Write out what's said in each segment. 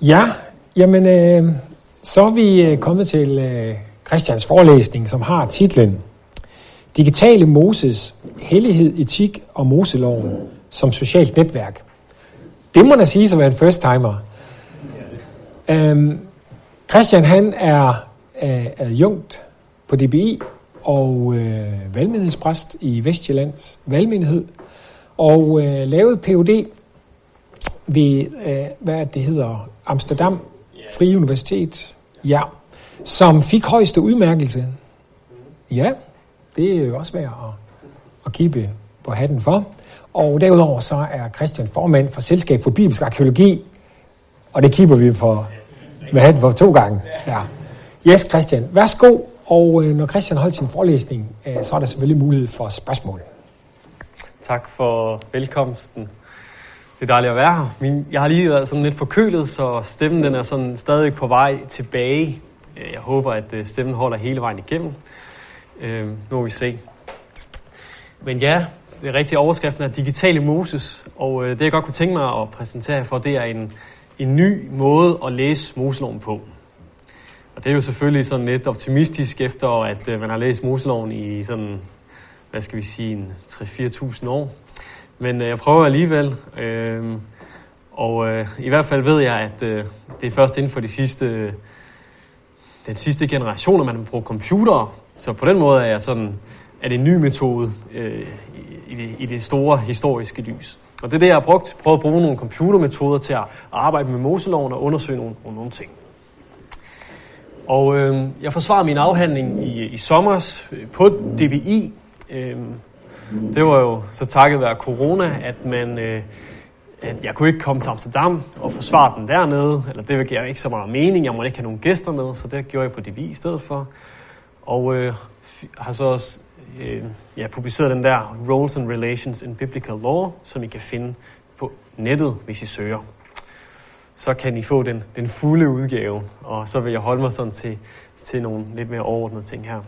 Ja, jamen så er vi kommet til Christians forelæsning, som har titlen Digitale Moses, hellighed, etik og Moseloven som socialt netværk. Det må da sige som en first-timer. Christian han er adjunkt på DBI og valgmenighedspræst i Vestjyllands valgmenighed og lavede Ph.D. ved, hvad det hedder, Amsterdam Frie Universitet, ja, som fik højeste udmærkelse. Ja, det er jo også værd at kigge på hatten for. Og derudover så er Christian formand for Selskab for Bibelsk Arkæologi, og det kigger vi for med hatten for 2 gange. Ja. Yes, Christian, værsgo. Og når Christian holdt sin forelæsning, så er der selvfølgelig mulighed for spørgsmål. Tak for velkomsten. Det er dejligt at være her. Jeg har lige været sådan lidt forkølet, så stemmen den er sådan stadig på vej tilbage. Jeg håber, at stemmen holder hele vejen igennem. Nu må vi se. Men ja, det er rigtig overskriften af Digitale Moses, og det jeg godt kunne tænke mig at præsentere for, det er en ny måde at læse Moseloven på. Og det er jo selvfølgelig sådan lidt optimistisk, efter at man har læst Moseloven i sådan, hvad skal vi sige, 3-4.000 år. Men jeg prøver alligevel, og i hvert fald ved jeg, at det er først inden for den sidste generation, at man bruger computere. Så på den måde er det en ny metode i det store historiske lys. Og det er det, jeg har prøvet at bruge nogle computermetoder til at arbejde med Moseloven og undersøge nogle ting. Og jeg forsvarede min afhandling i sommers på DBI. Det var jo så takket være corona, at jeg kunne ikke komme til Amsterdam og forsvare den dernede. Eller det gav ikke så meget mening. Jeg måtte ikke have nogen gæster med, så det gjorde jeg på DBI i stedet for. Og har så også publiceret den der Roles and Relations in Biblical Law, som I kan finde på nettet, hvis I søger. Så kan I få den fulde udgave, og så vil jeg holde mig sådan til nogle lidt mere overordnede ting her.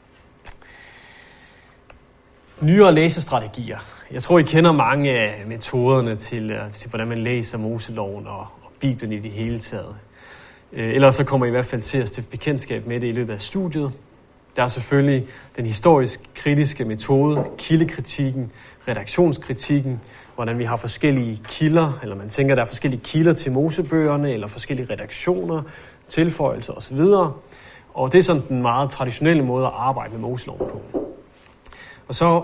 Nyere læsestrategier. Jeg tror, I kender mange af metoderne til hvordan man læser Moseloven og Bibelen i det hele taget. Ellers så kommer I hvert fald til at stifte bekendtskab med det i løbet af studiet. Der er selvfølgelig den historisk kritiske metode, kildekritikken, redaktionskritikken, hvordan vi har forskellige kilder, eller man tænker, der er forskellige kilder til Mosebøgerne, eller forskellige redaktioner, tilføjelser osv. Og det er sådan den meget traditionelle måde at arbejde med Moseloven på. Og så,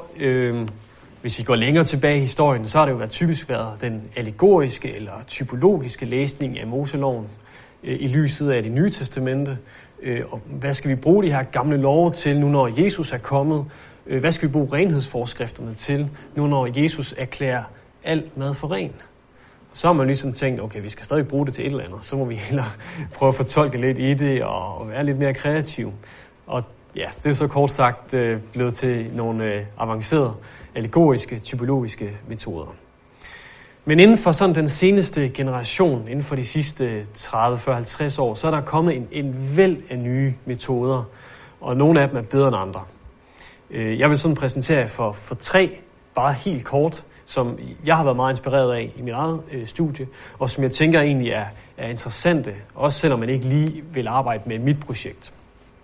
hvis vi går længere tilbage i historien, så har det jo typisk været den allegoriske eller typologiske læsning af Moseloven i lyset af Det Nye Testamente. Og hvad skal vi bruge de her gamle love til, nu når Jesus er kommet? Hvad skal vi bruge renhedsforskrifterne til, nu når Jesus erklærer alt mad for ren? Og så har man ligesom tænkt, okay, vi skal stadig bruge det til et eller andet. Så må vi hellere prøve at fortolke lidt i det og være lidt mere kreativ. Og ja, det er jo så kort sagt blevet til nogle avancerede, allegoriske, typologiske metoder. Men inden for sådan den seneste generation, inden for de sidste 30, 40, 50 år, så er der kommet en væld af nye metoder, og nogle af dem er bedre end andre. Jeg vil sådan præsentere for 3, bare helt kort, som jeg har været meget inspireret af i mit eget studie, og som jeg tænker egentlig er interessante, også selvom man ikke lige vil arbejde med mit projekt.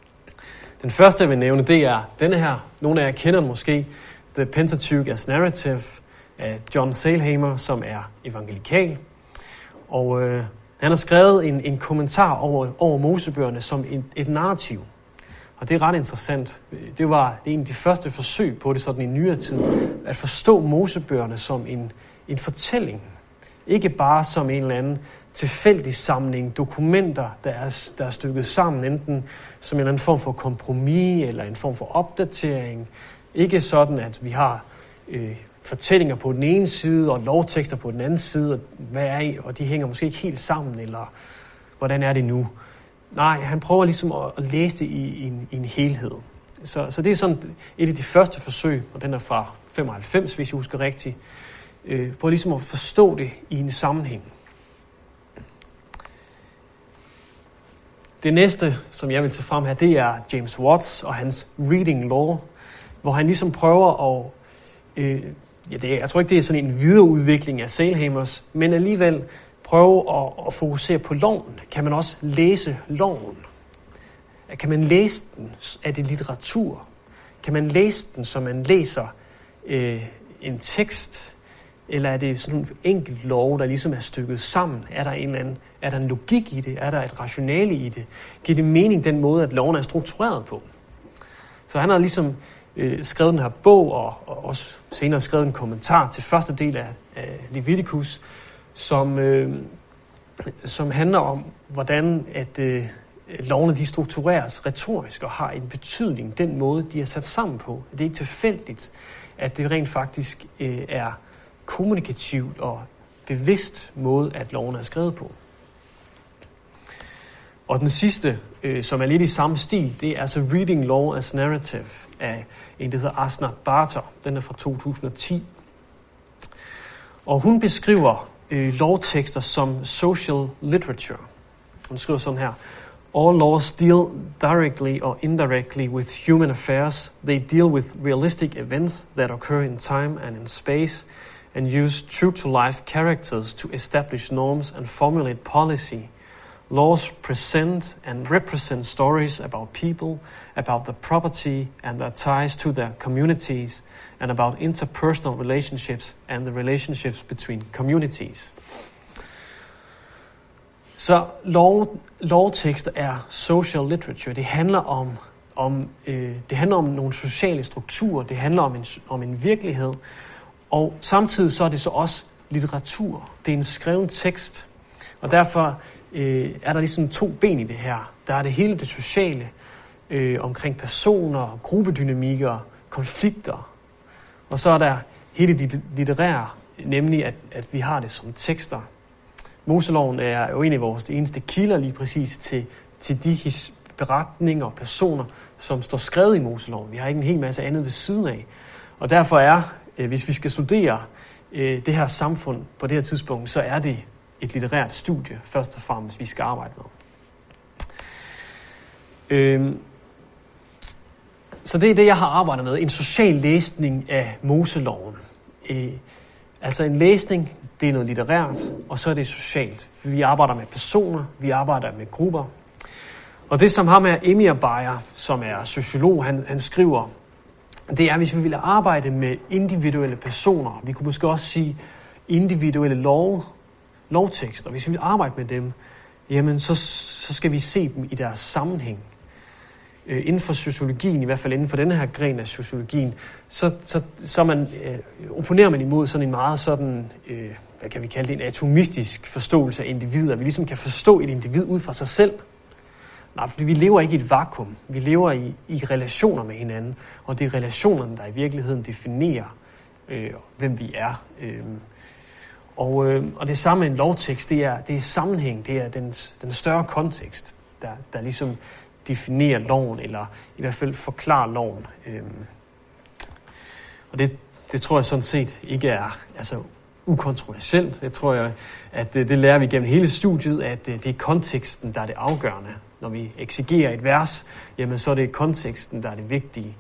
Den første, jeg vil nævne, det er denne her. Nogle af jer kender den måske. The Pentateuch as Narrative af John Sailhamer, som er evangelikal. Og han har skrevet en kommentar over Mosebøgerne som et narrativ. Og det er ret interessant. Det er en af de første forsøg på det sådan i nyere tid, at forstå Mosebøgerne som en fortælling. Ikke bare som en eller anden tilfældig samling dokumenter, der er stykket sammen, enten som en eller anden form for kompromis eller en form for opdatering. Ikke sådan, at vi har fortællinger på den ene side og lovtekster på den anden side, og de hænger måske ikke helt sammen, eller hvordan er det nu? Nej, han prøver ligesom at læse det i en helhed. Så det er sådan et af de første forsøg, og den er fra 95, hvis jeg husker rigtigt. Prøv ligesom at forstå det i en sammenhæng. Det næste, som jeg vil tage frem her, det er James Watts og hans Reading Law, hvor han ligesom prøver at... jeg tror ikke, det er sådan en videreudvikling af Sailhamers, men alligevel prøve at fokusere på loven. Kan man også læse loven? Kan man læse den? Er det litteratur? Kan man læse den, som man læser en tekst? Eller er det sådan en enkelt lov, der ligesom er stykket sammen? Er der en logik i det? Er der et rationale i det? Giver det mening den måde, at loven er struktureret på? Så han har ligesom skrevet den her bog, og også senere skrevet en kommentar til første del af Leviticus, som handler om, hvordan at lovene de struktureres retorisk og har en betydning, den måde, de er sat sammen på. Det er ikke tilfældigt, at det rent faktisk er kommunikativt og bevidst måde, at lovene er skrevet på. Og den sidste, som er lidt i samme stil, det er altså Reading Law as Narrative af en, der hedder Asna Barter. Den er fra 2010. Og hun beskriver lovtekster som social literature. Hun skriver sådan her: All laws deal directly or indirectly with human affairs. They deal with realistic events that occur in time and in space and use true-to-life characters to establish norms and formulate policy. Laws present and represent stories about people, about the property and their ties to their communities, and about interpersonal relationships and the relationships between communities. Så lovtekster er social literature. Det handler om nogle sociale strukturer. Det handler om en virkelighed. Og samtidig så er det så også litteratur. Det er en skreven tekst. Og derfor er der ligesom to ben i det her. Der er det hele det sociale omkring personer, gruppedynamikker, konflikter. Og så er der hele det litterære, nemlig at vi har det som tekster. Moseloven er jo en af vores eneste kilder lige præcis til de beretninger og personer, som står skrevet i Moseloven. Vi har ikke en hel masse andet ved siden af. Og derfor er, hvis vi skal studere det her samfund på det her tidspunkt, så er det et litterært studie, først og fremmest, vi skal arbejde med. Så det er det, jeg har arbejdet med. En social læsning af Moseloven. Altså en læsning, det er noget litterært, og så er det socialt. Vi arbejder med personer, vi arbejder med grupper. Og det, som ham er Emir Bayer, som er sociolog, han skriver, det er, hvis vi ville arbejde med individuelle personer, vi kunne måske også sige individuelle lovtekster, hvis vi vil arbejde med dem, jamen så skal vi se dem i deres sammenhæng. Inden for sociologien, i hvert fald inden for denne her gren af sociologien, opponerer man imod sådan en meget sådan, hvad kan vi kalde det, en atomistisk forståelse af individer. Vi ligesom kan forstå et individ ud fra sig selv. Nej, fordi vi lever ikke i et vakuum. Vi lever i relationer med hinanden, og det er relationerne, der i virkeligheden definerer, hvem vi er. Og det samme med en lovtekst, det er sammenhæng, det er den større kontekst, der ligesom definerer loven, eller i hvert fald forklarer loven. Og det tror jeg sådan set ikke er ukontroversielt. Jeg tror, at det lærer vi gennem hele studiet, at det er konteksten, der er det afgørende. Når vi eksegerer et vers, jamen så er det konteksten, der er det vigtige.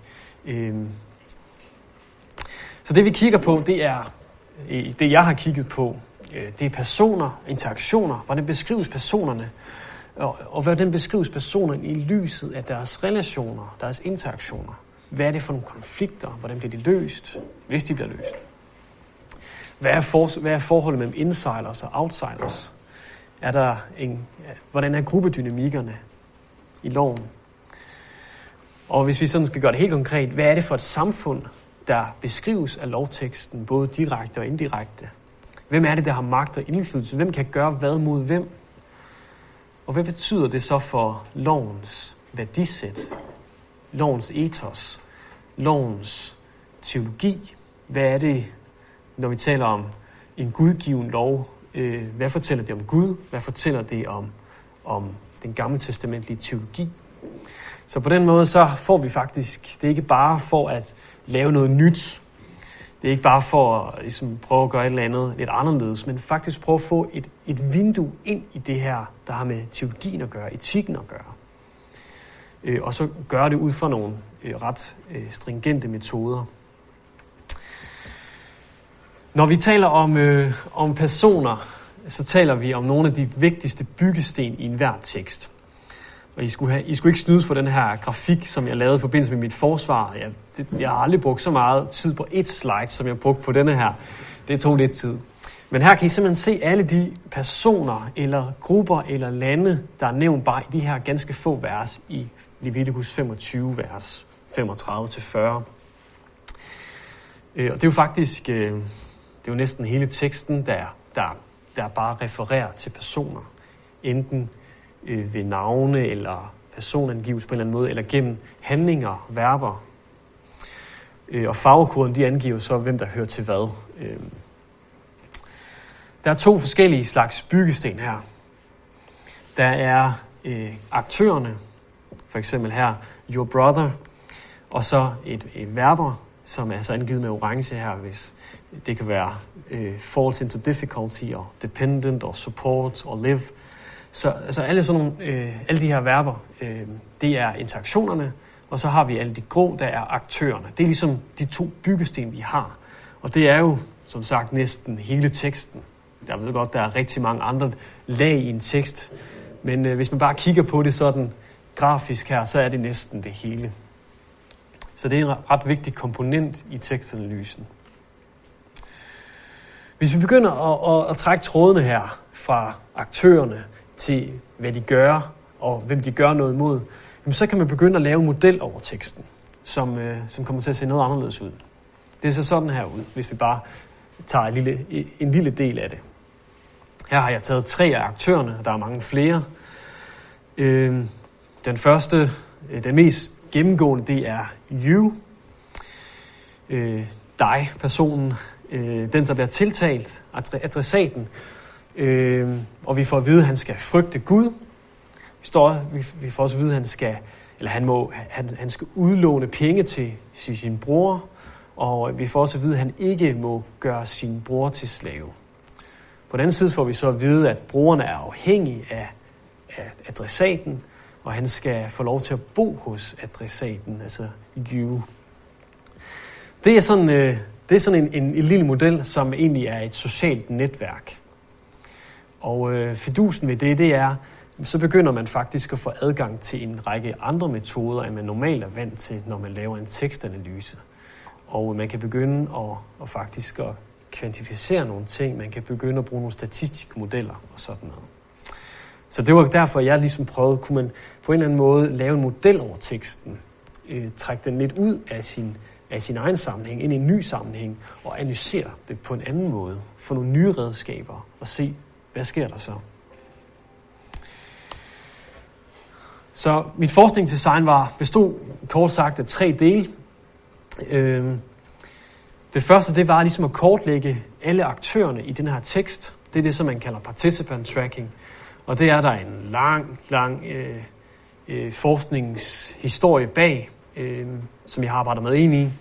Så det vi kigger på, det er det jeg har kigget på. Det er personer, interaktioner. Hvordan beskrives personerne? Og hvordan beskrives personerne i lyset af deres relationer, deres interaktioner? Hvad er det for nogle konflikter? Hvordan bliver de løst, hvis de bliver løst? Hvad er forholdet mellem insiders og outsiders? Hvordan er gruppedynamikkerne i loven? Og hvis vi sådan skal gøre det helt konkret, hvad er det for et samfund, der beskrives af lovteksten, både direkte og indirekte? Hvem er det, der har magt og indflydelse? Hvem kan gøre hvad mod hvem? Og hvad betyder det så for lovens værdisæt, lovens ethos, lovens teologi? Hvad er det, når vi taler om en gudgiven lov? Hvad fortæller det om Gud? Hvad fortæller det om den gamle testamentlige teologi? Så på den måde så får vi faktisk, det er ikke bare for at lave noget nyt, det er ikke bare for at ligesom, prøve at gøre et eller andet lidt anderledes, men faktisk prøve at få et vindue ind i det her, der har med teologien at gøre, etikken at gøre. Og så gøre det ud fra nogle ret stringente metoder. Når vi taler om personer, så taler vi om nogle af de vigtigste byggesten i enhver tekst. Og I skulle ikke snydes for den her grafik, som jeg lavede i forbindelse med mit forsvar. Jeg har aldrig brugt så meget tid på et slide, som jeg brugte på denne her. Det tog lidt tid. Men her kan I simpelthen se alle de personer, eller grupper, eller lande, der er nævnt bare i de her ganske få vers i Leviticus 25, vers 35-40. Og det er jo faktisk, det er jo næsten hele teksten, der bare refererer til personer. Enten ved navne eller personangives på en eller anden måde, eller gennem handlinger, verber. Og farvekoden, de angiver så, hvem der hører til hvad. Der er 2 forskellige slags byggesten her. Der er aktørerne, for eksempel her, your brother, og så et verber, som er så angivet med orange her, hvis det kan være falls into difficulty, og dependent, og support, og live. Så altså alle de her verber, det er interaktionerne, og så har vi alle de grå, der er aktørerne. Det er ligesom de 2 byggesten, vi har. Og det er jo, som sagt, næsten hele teksten. Jeg ved godt, der er rigtig mange andre lag i en tekst, men hvis man bare kigger på det sådan grafisk her, så er det næsten det hele. Så det er en ret vigtig komponent i tekstanalysen. Hvis vi begynder at trække trådene her fra aktørerne til, hvad de gør, og hvem de gør noget imod, så kan man begynde at lave en model over teksten, som kommer til at se noget anderledes ud. Det ser sådan her ud, hvis vi bare tager en lille del af det. Her har jeg taget 3 af aktørerne, og der er mange flere. Den første, den mest gennemgående, det er you. Dig, personen. Den, der bliver tiltalt, adressaten. Og vi får at vide, at han skal frygte Gud. Vi får også at vide, at han skal udlåne penge til sin bror. Og vi får også at vide, at han ikke må gøre sin bror til slave. På den anden side får vi så at vide, at broren er afhængig af adressaten, og han skal få lov til at bo hos adressaten, altså you. Det er sådan en lille model, som egentlig er et socialt netværk. Og fidusen ved det er, så begynder man faktisk at få adgang til en række andre metoder, end man normalt er vant til, når man laver en tekstanalyse. Og man kan begynde at faktisk kvantificere nogle ting. Man kan begynde at bruge nogle statistiske modeller og sådan noget. Så det var derfor, jeg ligesom prøvede, kunne man på en eller anden måde lave en model over teksten, trække den lidt ud af sin egen sammenhæng, ind i en ny sammenhæng, og analysere det på en anden måde, få nogle nye redskaber og se, hvad sker der så. Så mit forskningsdesign bestod kort sagt af 3 dele. Det første, det var ligesom at kortlægge alle aktørerne i den her tekst. Det er det, som man kalder participant tracking. Og det er der en lang forskningshistorie bag, som jeg har arbejdet med ind i.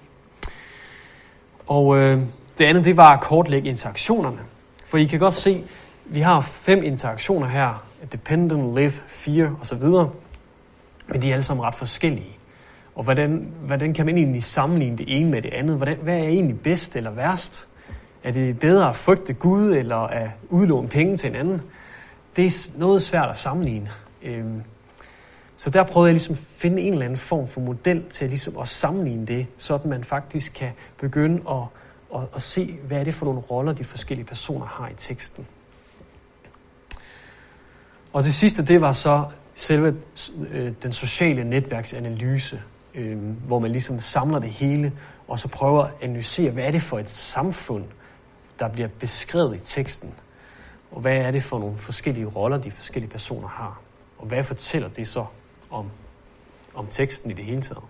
Og det andet, det var at kortlægge interaktionerne. For I kan godt se, vi har 5 interaktioner her. Dependent, live, fear osv. Men de er alle sammen ret forskellige. Og hvordan kan man egentlig sammenligne det ene med det andet? Hvad er egentlig bedst eller værst? Er det bedre at frygte Gud, eller at udlåne penge til en anden? Det er noget svært at sammenligne. Så der prøvede jeg ligesom at finde en eller anden form for model til ligesom at sammenligne det, så at man faktisk kan begynde at se, hvad er det for nogle roller, de forskellige personer har i teksten. Og det sidste, det var så selve den sociale netværksanalyse, hvor man ligesom samler det hele, og så prøver at analysere, hvad er det for et samfund, der bliver beskrevet i teksten, og hvad er det for nogle forskellige roller, de forskellige personer har, og hvad fortæller det så om teksten i det hele taget.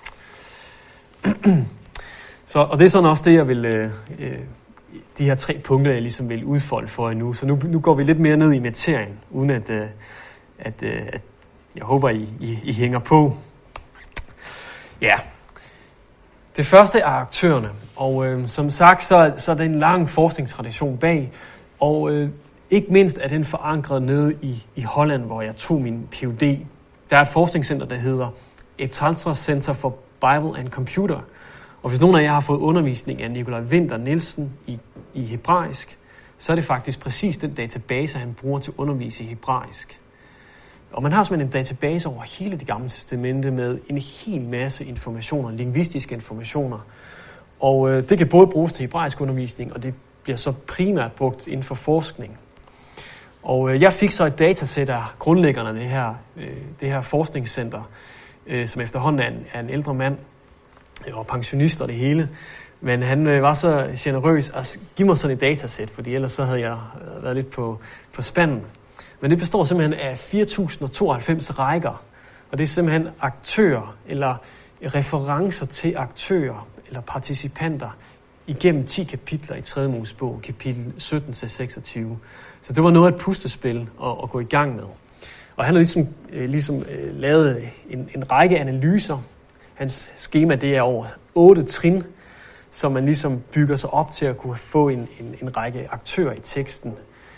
Og det er sådan også det, jeg vil, de her 3 punkter, jeg ligesom vil udfolde for jer nu. Så nu går vi lidt mere ned i materien, uden at jeg håber, I hænger på. Ja, det første er aktørerne, og som sagt, så er der en lang forskningstradition bag, og ikke mindst er den forankret nede i Holland, hvor jeg tog min Ph.D. Der er et forskningscenter, der hedder Etalstra Center for Bible and Computer, og hvis nogen af jer har fået undervisning af Nikolaj Winther Nielsen i hebraisk, så er det faktisk præcis den database, han bruger til at undervise i hebraisk. Og man har simpelthen en database over hele det gamle testamente med en hel masse informationer, lingvistiske informationer. Og det kan både bruges til hebraisk undervisning, og det bliver så primært brugt inden for forskning. Og jeg fik så et datasæt af grundlæggerne af det her forskningscenter, som efterhånden er en ældre mand og pensionist og det hele. Men han var så generøs at give mig sådan et datasæt, fordi ellers så havde jeg været lidt på spanden. Men det består simpelthen af 4.092 rækker, og det er simpelthen aktører eller referencer til aktører eller participanter igennem 10 kapitler i 3. Mosebog, kapitel 17-26. Så det var noget af et puslespil at gå i gang med. Og han har ligesom lavet en række analyser. Hans skema, det er over 8 trin, så man ligesom bygger sig op til at kunne få en række aktører i teksten.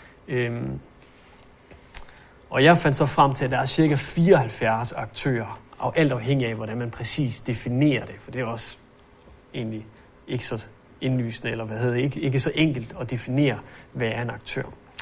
Og jeg fandt så frem til, at der er cirka 74 aktører, og alt afhængig af, hvordan man præcis definerer det, for det er også egentlig ikke så indlysende, eller ikke så enkelt at definere, hvad er en aktør.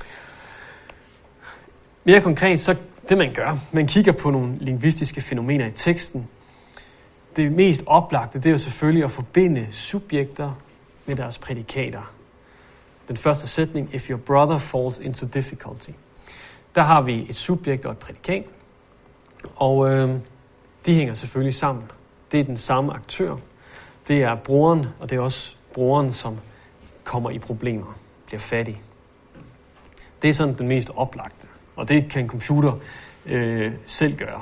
Mere konkret, så det man gør, man kigger på nogle lingvistiske fænomener i teksten. Det mest oplagte, det er jo selvfølgelig at forbinde subjekter med deres prædikater. Den første sætning, if your brother falls into difficulty. Der har vi et subjekt og et prædikat, og de hænger selvfølgelig sammen. Det er den samme aktør. Det er broren, og det er også broren, som kommer i problemer, bliver fattig. Det er sådan den mest oplagte, og det kan en computer selv gøre.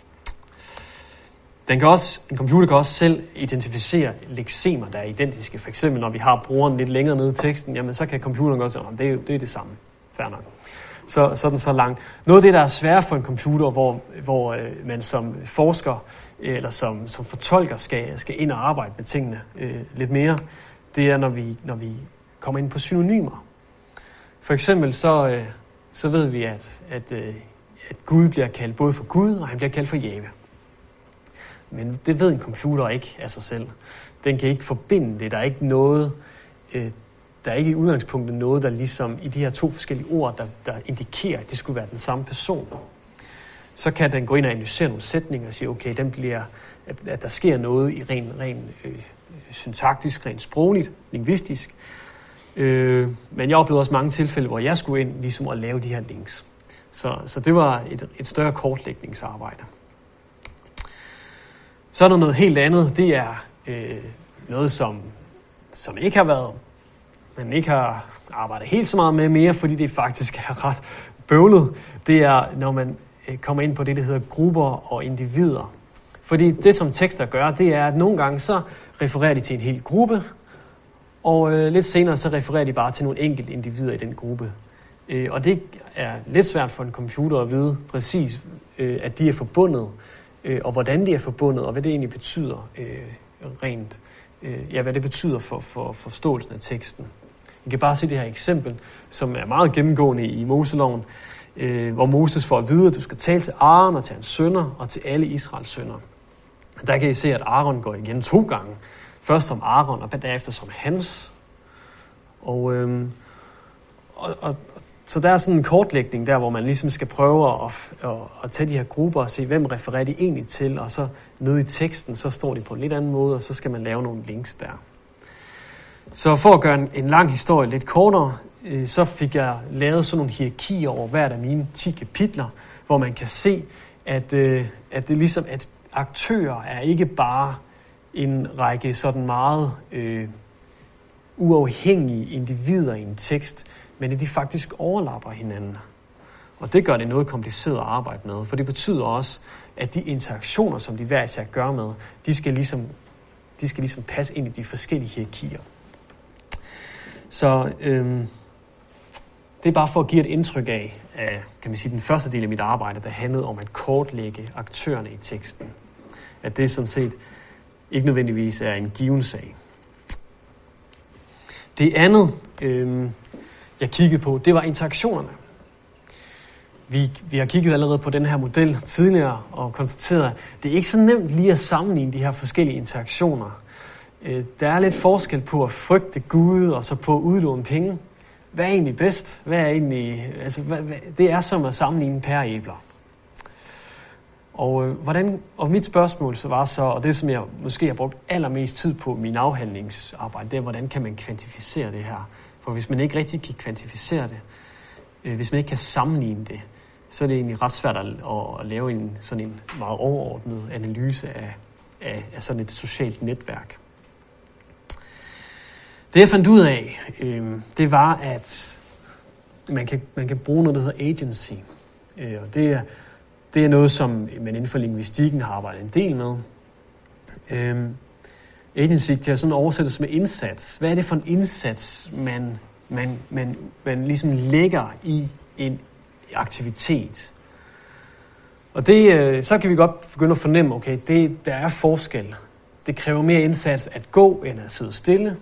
En computer kan også selv identificere leksemer, der er identiske. For eksempel, når vi har broren lidt længere nede i teksten, jamen, så kan computeren godt sige, at det er det samme. Fair nok. Så er den så lang. Noget af det, der er svært for en computer, hvor man som forsker eller som fortolker skal ind og arbejde med tingene lidt mere, det er, når vi kommer ind på synonymer. For eksempel så ved vi, at Gud bliver kaldt både for Gud, og han bliver kaldt for Jahve. Men det ved en computer ikke af sig selv. Den kan ikke forbinde det. Der er ikke noget, der er ikke i udgangspunktet noget, der ligesom i de her 2 forskellige ord, der indikerer, at det skulle være den samme person. Så kan den gå ind og analysere nogle sætninger og sige, okay, at der sker noget i ren syntaktisk, rent sprogligt, lingvistisk. Men jeg oplevede også mange tilfælde, hvor jeg skulle ind ligesom at lave de her links. Så det var et større kortlægningsarbejde. Så er der noget helt andet. Det er noget, som ikke har været, man ikke har arbejdet helt så meget med mere, fordi det faktisk er ret bøvlet. Det er, når man kommer ind på det, der hedder grupper og individer. Fordi det, som tekster gør, det er, at nogle gange så refererer de til en hel gruppe, og lidt senere så refererer de bare til nogle enkelte individer i den gruppe. Og det er lidt svært for en computer at vide præcis, at de er forbundet, og hvordan de er forbundet, og hvad det egentlig betyder hvad det betyder for forståelsen af teksten. I kan bare se det her eksempel, som er meget gennemgående i Moseloven, hvor Moses får at vide, at du skal tale til Aaron og til hans sønner og til alle Israels sønner. Der kan I se, at Aaron går igen 2 gange. Først som Aaron, og derefter som hans. Så der er sådan en kortlægning der, hvor man ligesom skal prøve at tage de her grupper og se, hvem refererer de egentlig til, og så nede i teksten, så står de på en lidt anden måde, og så skal man lave nogle links der. Så for at gøre en lang historie lidt kortere, så fik jeg lavet sådan nogle hierarkier over hvert af mine 10 kapitler, hvor man kan se, at det ligesom, at aktører er ikke bare en række sådan meget uafhængige individer i en tekst, men at de faktisk overlapper hinanden. Og det gør det noget kompliceret at arbejde med, for det betyder også, at de interaktioner, som de hver især gør med, de skal ligesom passe ind i de forskellige hierarkier. Så det er bare for at give et indtryk af, kan man sige, den første del af mit arbejde, der handlede om at kortlægge aktørerne i teksten. At det sådan set ikke nødvendigvis er en given sag. Det andet, jeg kiggede på, det var interaktionerne. Vi har kigget allerede på den her model tidligere og konstateret, at det er ikke så nemt lige at sammenligne de her forskellige interaktioner. Der er lidt forskel på at frygte Gud og så på at udlåne penge. hvad er egentlig bedst? Hvad er egentlig, det er som at sammenligne pærer og æbler. Og mit spørgsmål så var så, og det som jeg måske har brugt allermest tid på min afhandlingsarbejde, det er, hvordan kan man kvantificere det her? For hvis man ikke rigtig kan kvantificere det, hvis man ikke kan sammenligne det, så er det egentlig ret svært at lave sådan en meget overordnet analyse af sådan et socialt netværk. Det jeg fandt ud af, det var, at man kan bruge noget, der hedder agency. Og det er noget, som man inden for lingvistikken har arbejdet en del med. Agency kan sådan oversættes med indsats. Hvad er det for en indsats, man ligesom lægger i en aktivitet? Og så kan vi godt begynde at fornemme, okay, der er forskel. Det kræver mere indsats at gå, end at sidde stille.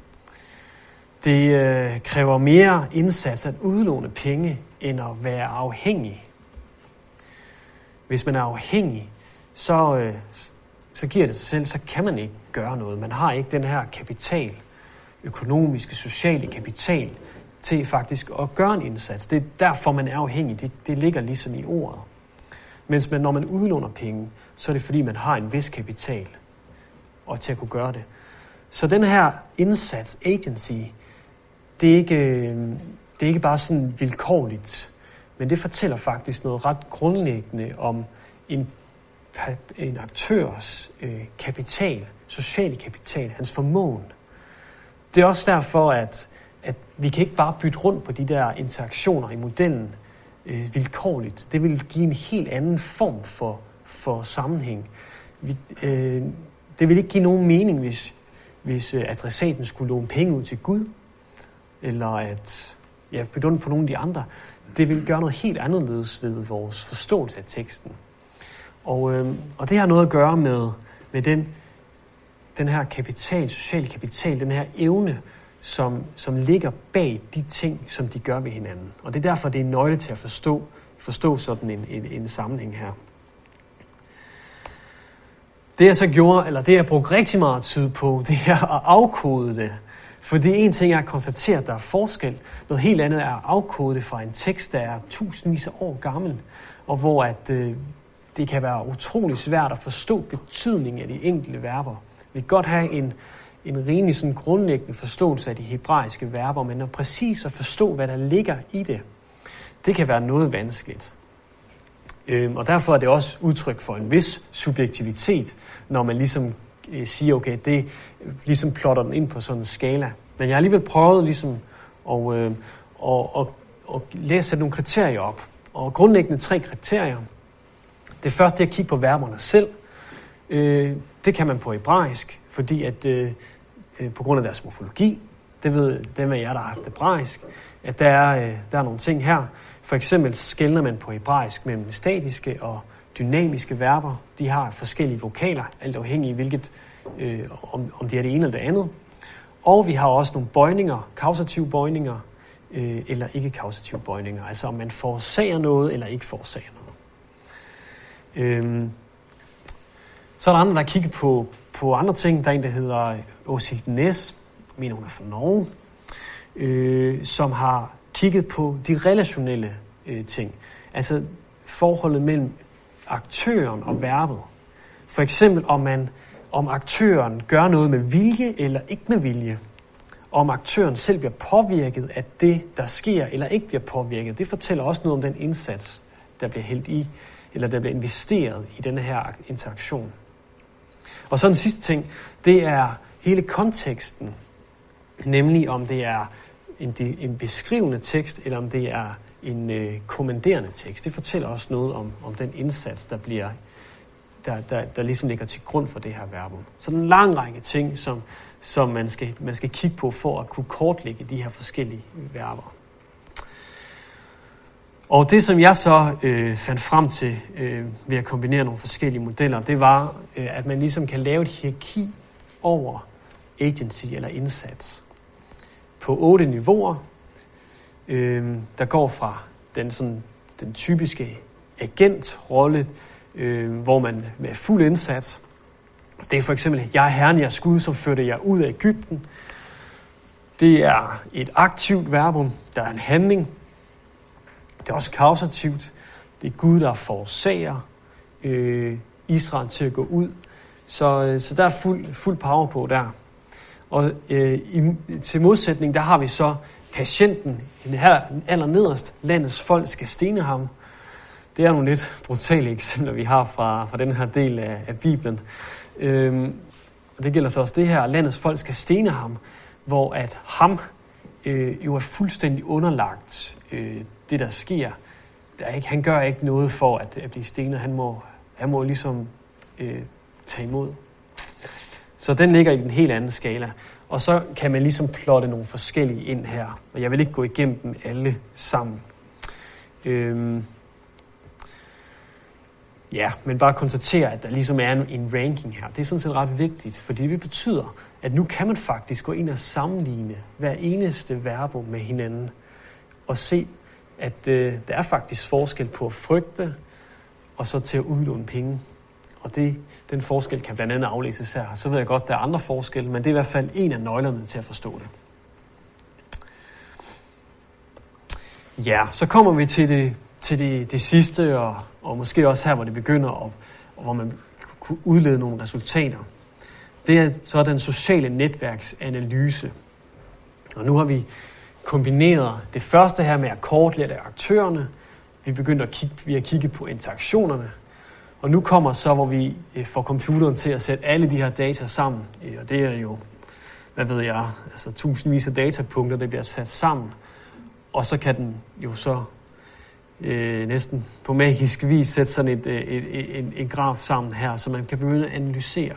Det kræver mere indsats at udlåne penge, end at være afhængig. Hvis man er afhængig, så giver det sig selv, så kan man ikke gøre noget. Man har ikke den her kapital, økonomiske, sociale kapital, til faktisk at gøre en indsats. Det er derfor, man er afhængig. Det ligger ligesom i ordet. Mens når man udlåner penge, så er det fordi, man har en vis kapital og til at kunne gøre det. Så den her indsats, agency, det er ikke bare sådan vilkårligt, men det fortæller faktisk noget ret grundlæggende om en aktørs kapital, sociale kapital, hans formåen. Det er også derfor, at vi kan ikke bare bytte rundt på de der interaktioner i modellen vilkårligt. Det vil give en helt anden form for sammenhæng. Det vil ikke give nogen mening, hvis adressaten skulle låne penge ud til Gud, eller at bytte rundt på nogle af de andre. Det vil gøre noget helt anderledes ved vores forståelse af teksten. Og det har noget at gøre med den her kapital, sociale kapital, den her evne, som ligger bag de ting, som de gør ved hinanden. Og det er derfor, det er en nøgle til at forstå sådan en sammenhæng her. Det jeg så gjorde, eller det jeg brugte rigtig meget tid på, det er at afkode det. Fordi en ting er at konstatere, at der er forskel. Noget helt andet er at afkode det fra en tekst, der er tusindvis af år gammel, og hvor det kan være utrolig svært at forstå betydningen af de enkelte verber. Vi kan godt have en rimelig sådan grundlæggende forståelse af de hebraiske verber, men at præcis at forstå, hvad der ligger i det kan være noget vanskeligt. Og derfor er det også udtryk for en vis subjektivitet, når man ligesom siger, okay, det ligesom plotter den ind på sådan en skala. Men jeg har alligevel prøvet ligesom at læse nogle kriterier op. Og grundlæggende 3 kriterier. Det første er at kigge på verberne selv. Det kan man på hebraisk, fordi at på grund af deres morfologi, det ved dem af jer, der har haft hebraisk, at der er nogle ting her. For eksempel skelner man på hebraisk mellem statiske og dynamiske verber. De har forskellige vokaler, alt afhængig af hvilket, om det er det ene eller det andet. Og vi har også nogle bøjninger, kausative bøjninger, eller ikke kausative bøjninger. Altså om man forårsager noget eller ikke forårsager noget. Så er der andre, der kigger på andre ting. Der er en, der hedder Åshild Næs, jeg mener hun er fra Norge, som har kigget på de relationelle ting. Altså forholdet mellem aktøren og verbet. For eksempel om aktøren gør noget med vilje eller ikke med vilje. Om aktøren selv bliver påvirket af det, der sker, eller ikke bliver påvirket. Det fortæller også noget om den indsats, der bliver hældt i, eller der bliver investeret i denne her interaktion. Og så den sidste ting, det er hele konteksten. Nemlig om det er en beskrivende tekst, eller om det er en kommanderende tekst. Det fortæller også noget om den indsats, der ligesom ligger til grund for det her verbum. Så en lang række ting, som man skal kigge på for at kunne kortlægge de her forskellige verber. Og det, som jeg så fandt frem til ved at kombinere nogle forskellige modeller, det var, at man ligesom kan lave et hierarki over agency eller indsats på 8 niveauer, der går fra den typiske agentrolle, hvor man med fuld indsats, det er for eksempel, jeg er herren, jeres Gud, som førte jer ud af Egypten. Det er et aktivt verbum, der er en handling. Det er også kausativt. Det er Gud, der forårsager Israel til at gå ud. Så der er fuld power på der. Og til modsætning, der har vi så patienten, her allernederst, landets folk skal stene ham. Det er nogle lidt brutale eksempler, vi har fra den her del af Bibelen. Og det gælder så også det her, landets folk skal stene ham, hvor at ham jo er fuldstændig underlagt det, der sker. Han gør ikke noget for at blive stenet. Han må ligesom tage imod. Så den ligger i en helt anden skala. Og så kan man ligesom plotte nogle forskellige ind her. Og jeg vil ikke gå igennem dem alle sammen. Men bare konstatere, at der ligesom er en ranking her. Det er sådan set ret vigtigt, fordi det betyder, at nu kan man faktisk gå ind og sammenligne hver eneste verbum med hinanden. Og se, at der er faktisk forskel på at frygte, og så til at udlåne penge. Og den forskel kan blandt andet aflæses her. Så ved jeg godt, der er andre forskelle, men det er i hvert fald en af nøglerne til at forstå det. Ja, så kommer vi til det sidste, og måske også her, hvor det begynder, og hvor man kunne udlede nogle resultater. Det er så den sociale netværksanalyse. Og nu har vi kombineret det første her med at kortlægge aktørerne. Vi begyndte at kigge på interaktionerne. Og nu kommer så, hvor vi får computeren til at sætte alle de her data sammen. Og det er jo, tusindvis af datapunkter, der bliver sat sammen. Og så kan den jo så næsten på magisk vis sætte sådan en graf sammen her, så man kan begynde at analysere.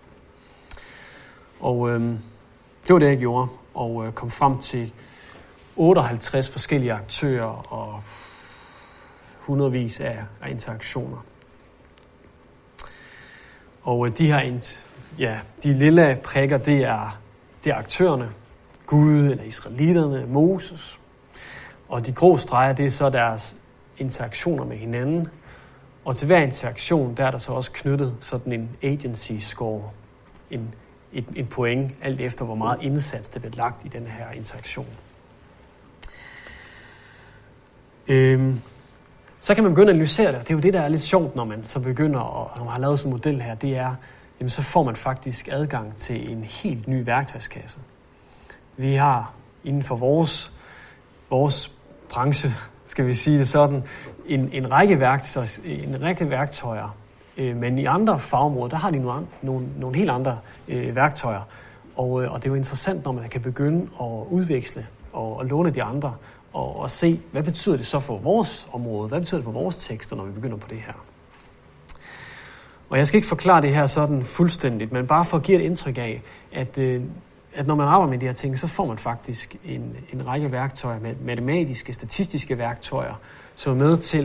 Og det var det, jeg gjorde, og kom frem til 58 forskellige aktører og hundredvis af interaktioner. Og de lille prikker, det er aktørerne, Gud eller israelitterne, Moses. Og de grå streger, det er så deres interaktioner med hinanden. Og til hver interaktion, der er der så også knyttet sådan en agency score, en point, alt efter hvor meget indsats der bliver lagt i den her interaktion. Så kan man begynde at analysere det. Det er jo det, der er lidt sjovt, når man så begynder, og når man har lavet sådan en model her, det er, jamen så får man faktisk adgang til en helt ny værktøjskasse. Vi har inden for vores branche, skal vi sige det sådan, en række værktøjer, men i andre fagområder, der har de nogle helt andre værktøjer. Og det er jo interessant, når man kan begynde at udveksle og låne de andre, og se, hvad betyder det så for vores område? Hvad betyder det for vores tekster, når vi begynder på det her? Og jeg skal ikke forklare det her sådan fuldstændigt, men bare for at give et indtryk af, at når man arbejder med de her ting, så får man faktisk en række værktøjer, matematiske, statistiske værktøjer, som er med til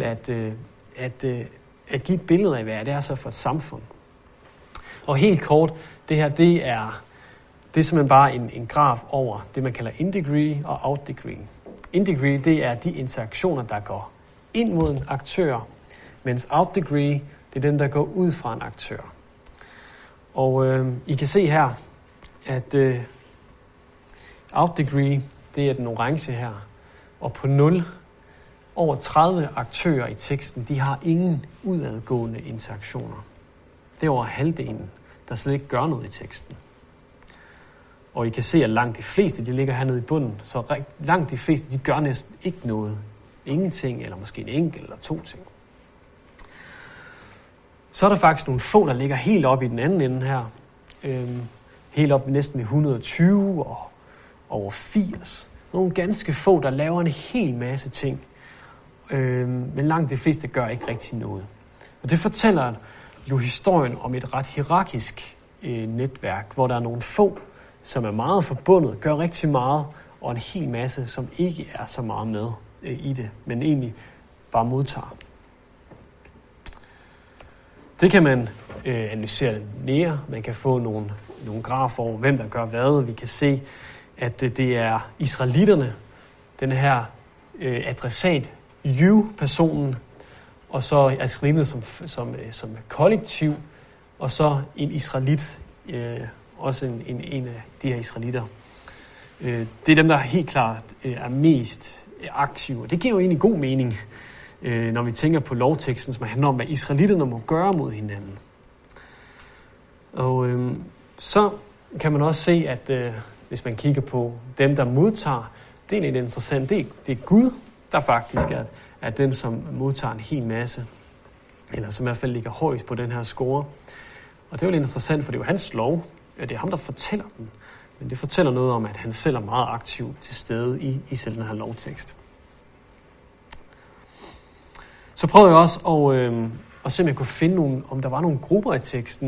at give et billede af, hvad det er så for et samfund. Og helt kort, det her, det er simpelthen bare en graf over det, man kalder in-degree og out-degree. In-degree, det er de interaktioner, der går ind mod en aktør, mens out-degree, det er den, der går ud fra en aktør. Og I kan se her, at out-degree, det er den orange her, og på 0, over 30 aktører i teksten, de har ingen udadgående interaktioner. Det er over halvdelen, der slet ikke gør noget i teksten. Og I kan se, at langt de fleste, de ligger hernede i bunden, så langt de fleste, de gør næsten ikke noget. Ingenting, eller måske en enkelt eller to ting. Så er der faktisk nogle få, der ligger helt op i den anden ende her. Helt op næsten 120 og over 80. Nogle ganske få, der laver en hel masse ting. Men langt de fleste gør ikke rigtig noget. Og det fortæller jo historien om et ret hierarkisk netværk, hvor der er nogle få, som er meget forbundet, gør rigtig meget, og en hel masse, som ikke er så meget med i det, men egentlig bare modtager. Det kan man analysere mere. Man kan få nogle grafer over, hvem der gør hvad. Vi kan se, at det er israelitterne, den her adressat you-personen, og så israelitterne som kollektiv, og så en israelit, også en af de her israelitter. Det er dem, der helt klart er mest aktive. Og det giver jo egentlig god mening, når vi tænker på lovteksten, som handler om, hvad israelitterne må gøre mod hinanden. Og så kan man også se, at hvis man kigger på dem, der modtager, det er lidt interessant. Det er Gud, der faktisk er den, som modtager en hel masse, eller som i hvert fald ligger højst på den her score. Og det er jo lidt interessant, for det er jo hans lov. Det er ham, der fortæller den. Men det fortæller noget om, at han selv er meget aktiv til stede i selv den her lovtekst. Så prøvede jeg også at se, om jeg kunne finde om der var nogle grupper i teksten,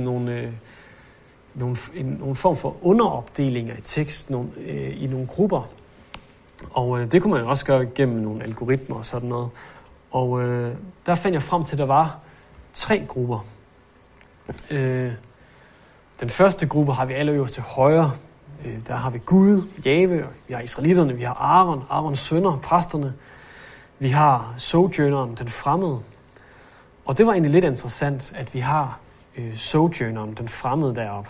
nogle form for underopdelinger i teksten i nogle grupper. Og det kunne man jo også gøre gennem nogle algoritmer og sådan noget. Og der fandt jeg frem til, at der var 3 grupper. Den første gruppe har vi allerøverst til højre. Der har vi Gud, Jave, vi har israelitterne, vi har Aarons sønner, præsterne. Vi har sojourneren, den fremmede. Og det var egentlig lidt interessant, at vi har sojourneren, den fremmede deroppe.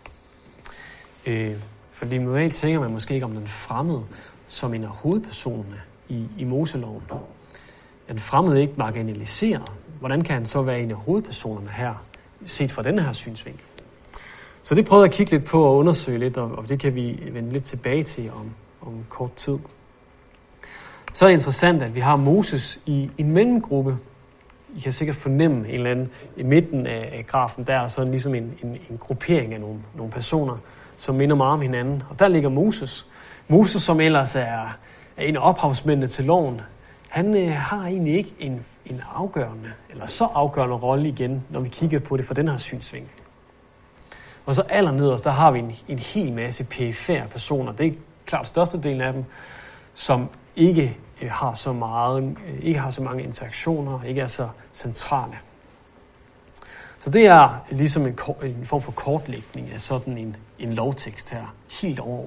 Fordi normalt tænker man måske ikke om den fremmede som en af hovedpersonerne i Moseloven. Er den fremmede ikke marginaliseret? Hvordan kan han så være en af hovedpersonerne her, set fra denne her synsvinkel? Så det prøvede jeg at kigge lidt på og undersøge lidt, og det kan vi vende lidt tilbage til om kort tid. Så er det interessant, at vi har Moses i en mellemgruppe. I kan sikkert fornemme en eller anden i midten af grafen, der er sådan ligesom en gruppering af nogle personer, som minder meget om hinanden. Og der ligger Moses. Moses, som ellers er en af ophavsmændene til loven, han har egentlig ikke en afgørende, eller så afgørende rolle igen, når vi kigger på det fra den her synsvinkel. Og så allernederst, der har vi en hel masse perifære personer. Det er klart størstedelen af dem, som ikke har så mange interaktioner, ikke er så centrale. Så det er ligesom en form for kortlægning af sådan en lovtekst her, helt overordnet.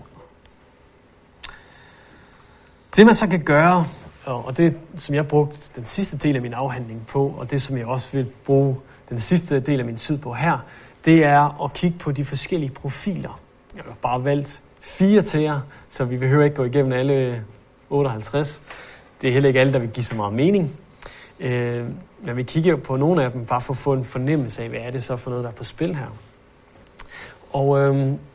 Det man så kan gøre, og det som jeg brugte den sidste del af min afhandling på, og det som jeg også vil bruge den sidste del af min tid på her, det er at kigge på de forskellige profiler. Jeg har bare valgt 4 til jer, så vi behøver ikke gå igennem alle 58. Det er heller ikke alle, der vil give så meget mening. Men vi kigger på nogle af dem, bare for at få en fornemmelse af, hvad er det så for noget, der er på spil her. Og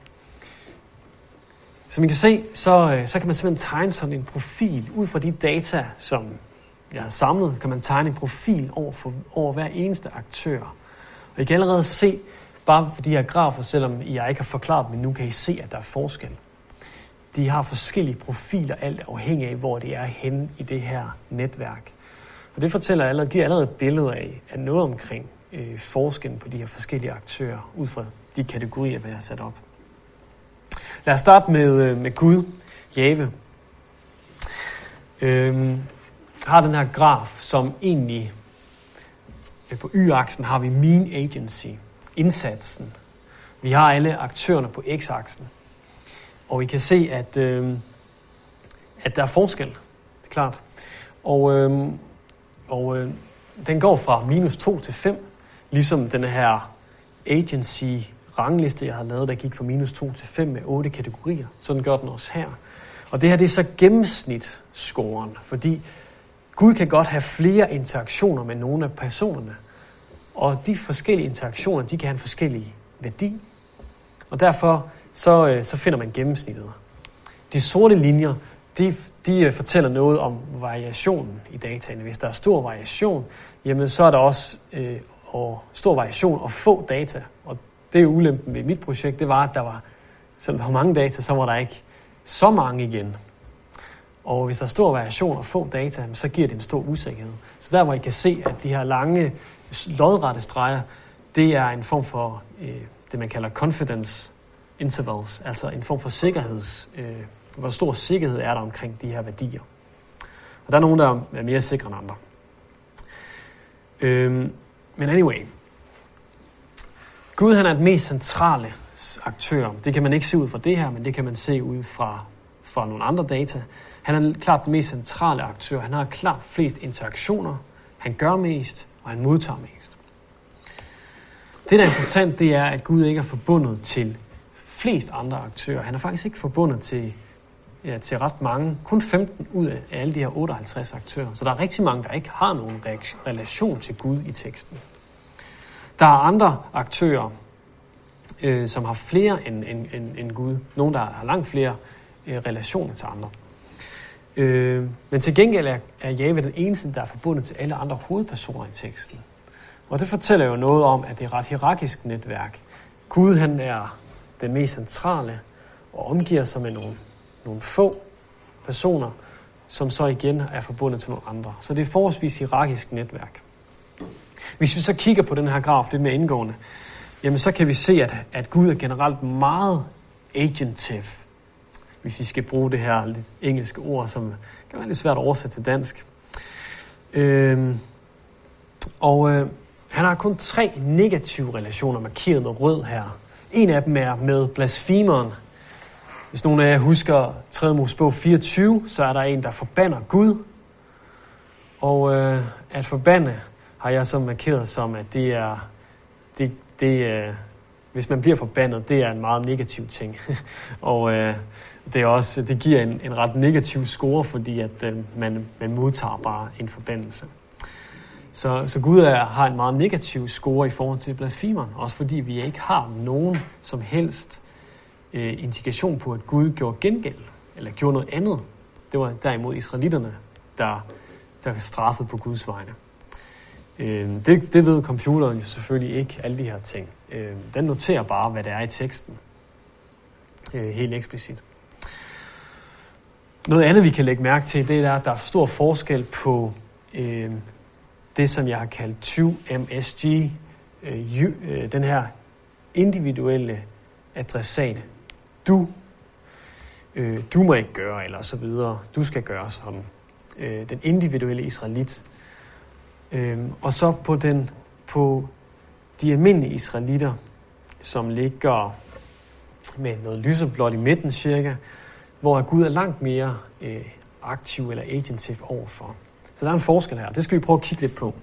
som I kan se, så kan man simpelthen tegne sådan en profil. Ud fra de data, som jeg har samlet, kan man tegne en profil over hver eneste aktør. Og I kan allerede se, bare på de her grafer, selvom jeg ikke har forklaret dem, men nu kan I se, at der er forskel. De har forskellige profiler, alt afhængig af, hvor det er henne i det her netværk. Og det giver allerede et billede af noget omkring forskellen på de her forskellige aktører, ud fra de kategorier, vi har sat op. Lad os starte med Gud, Jave. Har den her graf, som egentlig på y-aksen har vi mean agency, indsatsen. Vi har alle aktørerne på x-aksen. Og vi kan se, at der er forskel. Det er klart. Og den går fra -2 til 5, ligesom den her agency-rangliste, jeg har lavet, der gik fra -2 til 5 med 8 kategorier. Sådan gør den også her. Og det her, det er så gennemsnitsscoren, fordi Gud kan godt have flere interaktioner med nogle af personerne. Og de forskellige interaktioner, de kan have en forskellig værdi. Og derfor så finder man gennemsnittet. De sorte linjer, de fortæller noget om variationen i dataene. Hvis der er stor variation, jamen så er der også stor variation og få data. Og det er jo ulempen ved mit projekt, det var, at selvom der var mange data, så var der ikke så mange igen. Og hvis der er stor variation og få data, så giver det en stor usikkerhed. Så der, hvor I kan se, at de her lange, lodrette streger, det er en form for det, man kalder confidence intervals, altså en form for hvor stor sikkerhed er der omkring de her værdier. Og der er nogen, der er mere sikre end andre. Men anyway, Gud han er den mest centrale aktør. Det kan man ikke se ud fra det her, men det kan man se ud fra nogle andre data. Han er klart den mest centrale aktør. Han har klart flest interaktioner. Han gør mest, og han modtager mest. Det, der er interessant, det er, at Gud ikke er forbundet til flest andre aktører. Han er faktisk ikke forbundet til til ret mange. Kun 15 ud af alle de her 58 aktører. Så der er rigtig mange, der ikke har nogen relation til Gud i teksten. Der er andre aktører, som har flere end Gud. Nogle, der har langt flere relationer til andre. Men til gengæld er Jahve den eneste, der er forbundet til alle andre hovedpersoner i teksten. Og det fortæller jo noget om, at det er et ret hierarkisk netværk. Gud, han er den mest centrale og omgiver sig med nogle få personer, som så igen er forbundet til nogle andre. Så det er forholdsvis hierarkisk netværk. Hvis vi så kigger på den her graf, det med indgående, jamen så kan vi se, at Gud er generelt meget agentiv. Hvis vi skal bruge det her lidt engelske ord, som kan være lidt svært at oversætte til dansk. Han har kun 3 negative relationer markeret med rød her. En af dem er med blasfemeren. Hvis nogen af jer husker 3. Mosebog 24, så er der en, der forbander Gud. Og at forbande har jeg så markeret som, at det er, hvis man bliver forbandet, det er en meget negativ ting. Og det giver en ret negativ score, fordi at man modtager bare en forbandelse. Så Gud har en meget negativ score i forhold til blasfemeren, også fordi vi ikke har nogen som helst indikation på, at Gud gjorde gengæld, eller gjorde noget andet. Det var derimod israelitterne, der straffede på Guds vegne. Det ved computeren jo selvfølgelig ikke, alle de her ting. Den noterer bare, hvad det er i teksten. Helt eksplicit. Noget andet, vi kan lægge mærke til, det er, at der er stor forskel på det, som jeg har kaldt 2MSG, den her individuelle adressat. Du må ikke gøre, eller så videre. Du skal gøre som den individuelle israelit. Og så på de almindelige israelitter, som ligger med noget lyseblåt i midten cirka, hvor Gud er langt mere aktiv eller agentiv overfor. Så der er en forskel her, det skal vi prøve at kigge lidt på.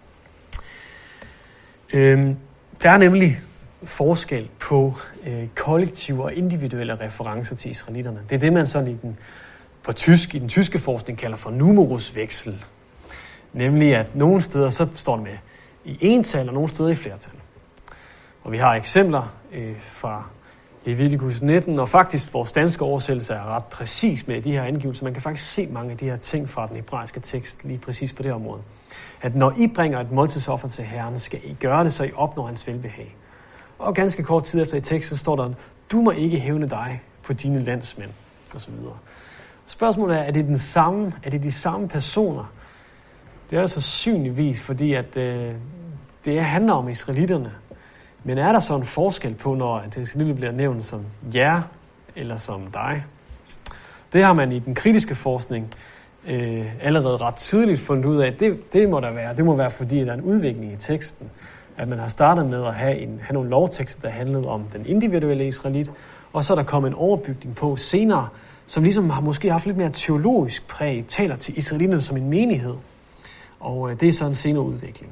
Der er nemlig forskel på kollektive og individuelle referencer til israelitterne. Det er det, man sådan i den tyske forskning kalder for numerusveksel. Nemlig at nogle steder så står det med i ental, og nogle steder i flertal. Og vi har eksempler fra Leviticus 19, og faktisk vores danske oversættelse er ret præcis med de her angivelser. Man kan faktisk se mange af de her ting fra den hebraiske tekst lige præcis på det område. At når I bringer et måltidsoffer til Herren, skal I gøre det, så I opnår hans velbehag. Og ganske kort tid efter i teksten står der, du må ikke hævne dig på dine landsmænd, osv. Spørgsmålet er det de samme personer? Det er altså synligvis, fordi at det handler om israelitterne. Men er der så en forskel på, når det israelitter bliver nævnt som jer eller som dig? Det har man i den kritiske forskning allerede ret tidligt fundet ud af. Det må der være. Det må være, fordi der er en udvikling i teksten. At man har startet med at have nogle lovtekster, der handlede om den individuelle israelit, og så er der kommet en overbygning på senere, som ligesom har måske haft lidt mere teologisk præg, taler til israelitterne som en menighed. Og det er så en senere udvikling.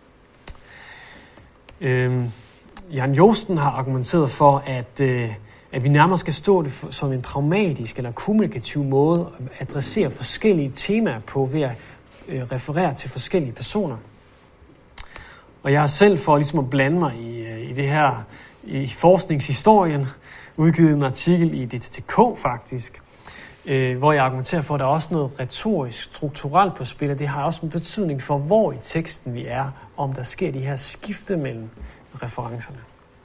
Jan Josten har argumenteret for, at vi nærmere skal stå det som en pragmatisk eller kommunikativ måde at adressere forskellige temaer på ved at referere til forskellige personer. Og jeg har selv for ligesom at blande mig i det her i forskningshistorien udgivet en artikel i DTTK faktisk, hvor jeg argumenterer for, at der er også noget retorisk, strukturelt på spil, og det har også en betydning for, hvor i teksten vi er, om der sker de her skifte mellem referencerne.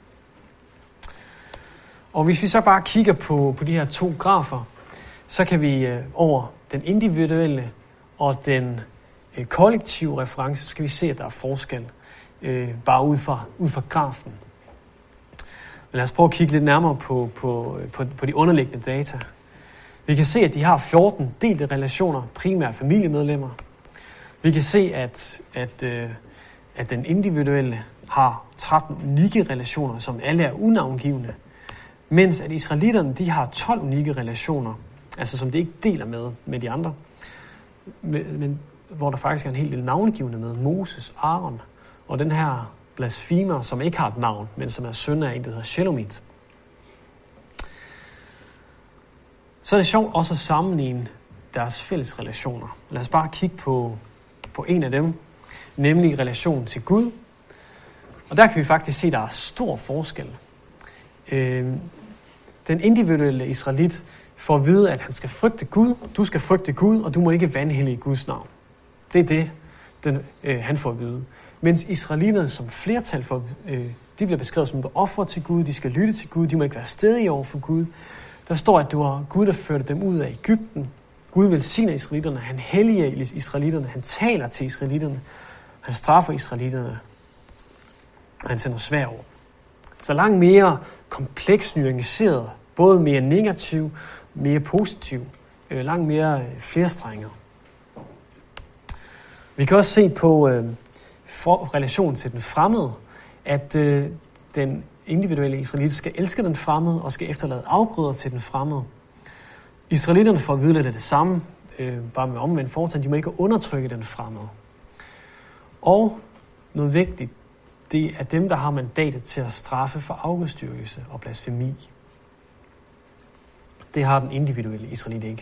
Og hvis vi så bare kigger på de her 2 grafer, så kan vi over den individuelle og den kollektive reference, så skal vi se, at der er forskel, bare ud fra grafen. Men lad os prøve at kigge lidt nærmere på de underliggende data. Vi kan se, at de har 14 delte relationer, primært familiemedlemmer. Vi kan se, at den individuelle har 13 unikke relationer, som alle er unavngivne, mens at israelitterne de har 12 unikke relationer, altså som de ikke deler med de andre, men hvor der faktisk er en helt del navngivende med Moses, Aaron og den her blasfemer, som ikke har et navn, men som er søn af en, der hedder Shelomit. Så er det sjovt også at sammenligne deres fælles relationer. Lad os bare kigge på en af dem, nemlig relationen til Gud. Og der kan vi faktisk se, at der er stor forskel. Den individuelle israelit får at vide, at han skal frygte Gud, du skal frygte Gud, og du må ikke vanhellige Guds navn. Det er det, han får at vide. Mens israelitterne som flertal de bliver beskrevet som ofre til Gud, de skal lytte til Gud, de må ikke være stedige over for Gud. Der står, at det var Gud, der førte dem ud af Egypten. Gud velsigner israelitterne, han helliger israelitterne, han taler til israelitterne, han straffer israelitterne, og han sender sværd over. Så langt mere kompleks, nuanceret, både mere negativ, mere positiv, langt mere flerstrenget. Vi kan også se på relationen til den fremmede, at den individuelle israelit skal elske den fremmede og skal efterlade afgrøder til den fremmede. Israelitterne får at vide lidt af det samme, bare med omvendt fortegn. De må ikke undertrykke den fremmede. Og noget vigtigt, det er dem, der har mandatet til at straffe for afgudstyrkelse og blasfemi. Det har den individuelle israelit ikke.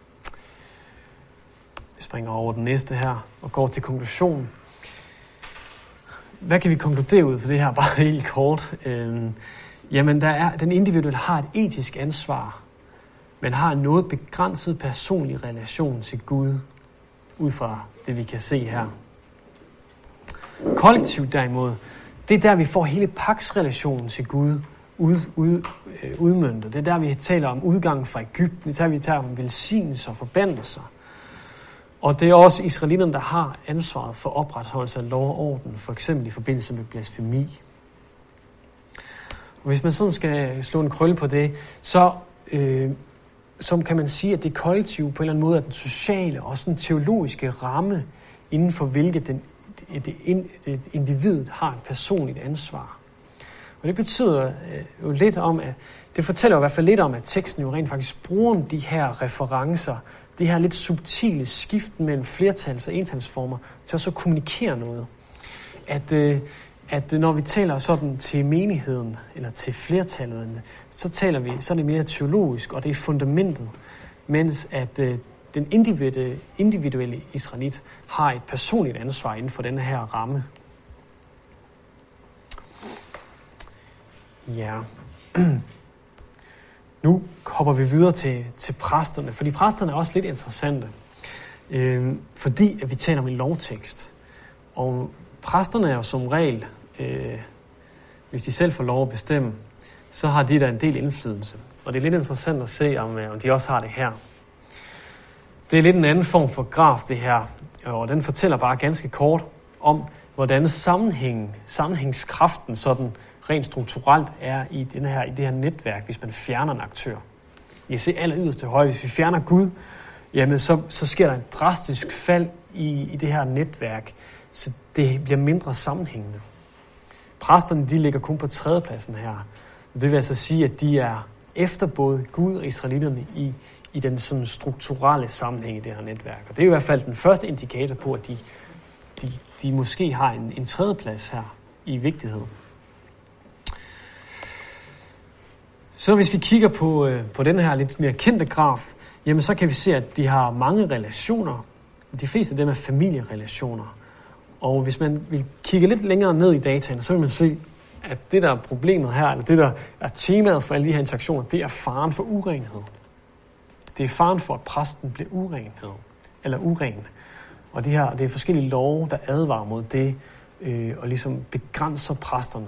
Vi springer over den næste her og går til konklusionen. Hvad kan vi konkludere ud for det her, bare helt kort? Jamen, den individuelle har et etisk ansvar, men har en noget begrænset personlig relation til Gud, ud fra det, vi kan se her. Kollektivt derimod, det er der, vi får hele paksrelationen til Gud udmøntet. Det er der, vi taler om udgangen fra Egypten. Det er der, vi taler om velsignelser og forbandelser. Og det er også israelitterne, der har ansvaret for opretholdelse af lov og orden, for eksempel i forbindelse med blasfemi. Og hvis man sådan skal slå en krølle på det, så kan man sige, at det kollektive på en eller anden måde er den sociale og den teologiske ramme, inden for hvilket det individet har et personligt ansvar. Og det betyder jo lidt om, at det fortæller jo i hvert fald lidt om, at teksten jo rent faktisk bruger de her referencer, det her lidt subtile skift mellem flertals- og entalsformer, til at så kommunikere noget. At når vi taler sådan til menigheden, eller til flertallet, så er det mere teologisk, og det er fundamentet, mens at den individuelle israelit har et personligt ansvar inden for denne her ramme. Ja. Nu hopper vi videre til præsterne, fordi præsterne er også lidt interessante, fordi at vi taler om en lovtekst. Og præsterne er jo som regel, hvis de selv får lov at bestemme, så har de der en del indflydelse. Og det er lidt interessant at se, om de også har det her. Det er lidt en anden form for graf, det her, og den fortæller bare ganske kort om, hvordan sammenhængskraften sådan rent strukturelt er i det her netværk, hvis man fjerner en aktør. I kan se aller yderste højde, hvis vi fjerner Gud, jamen så sker der et drastisk fald i det her netværk, så det bliver mindre sammenhængende. Præsterne, de ligger kun på tredjepladsen her. Det vil altså sige, at de er efter både Gud og israelitterne i den sådan strukturelle sammenhæng i det her netværk. Og det er i hvert fald den første indikator på, at de måske har en tredjeplads her i vigtighed. Så hvis vi kigger på den her lidt mere kendte graf, jamen så kan vi se, at de har mange relationer. De fleste af dem er familierelationer. Og hvis man vil kigge lidt længere ned i dataen, så vil man se, at det der er problemet her, eller det der er temaet for alle de her interaktioner, det er faren for urenhed. Det er faren for, at præsten bliver uren. Og det er forskellige love, der advarer mod det, og ligesom begrænser præsterne.